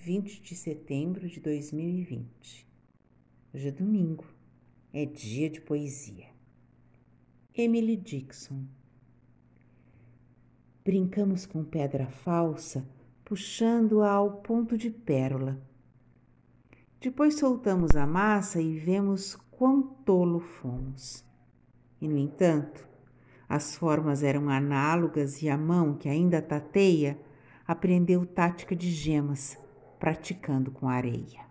20 de setembro de 2020. Hoje é domingo, é dia de poesia. Emily Dickinson. Brincamos com pedra falsa, puxando-a ao ponto de pérola. Depois soltamos a massa e vemos quão tolo fomos. E, no entanto, as formas eram análogas e a mão, que ainda tateia, aprendeu tática de gemas, praticando com areia.